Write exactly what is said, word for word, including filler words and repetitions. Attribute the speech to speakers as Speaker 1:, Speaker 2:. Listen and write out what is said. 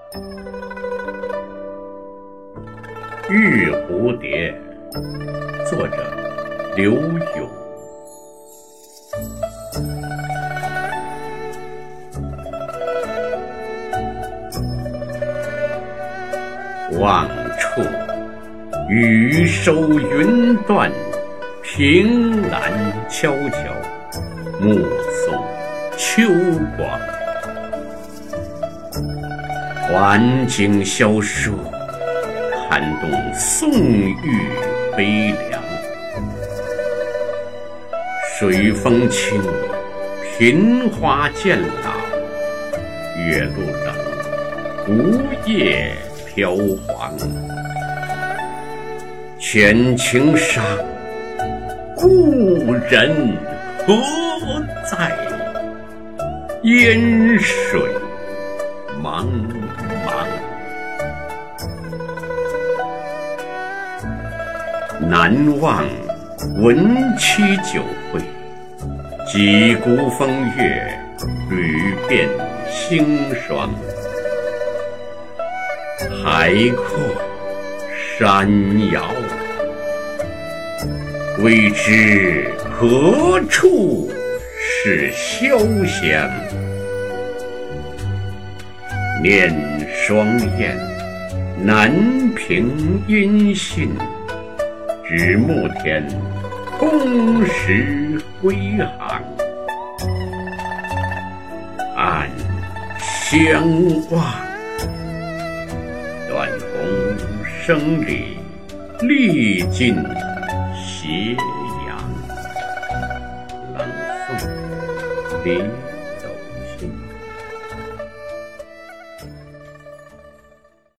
Speaker 1: 玉蝴蝶，作者刘永。望处雨收云断，凭栏悄悄，目送秋光。晚景萧疏，看动宋玉悲凉。水风清，频花渐老，月露冷，无叶飘黄。全情伤，故人何在？烟水茫茫。难忘文妻酒会，击鼓风月，屡遍星霜。海阔山遥，未知何处是潇湘。念双燕，难平音信，指暮天，空时归航。暗相望，断鸿声里，历尽斜阳。朗诵：李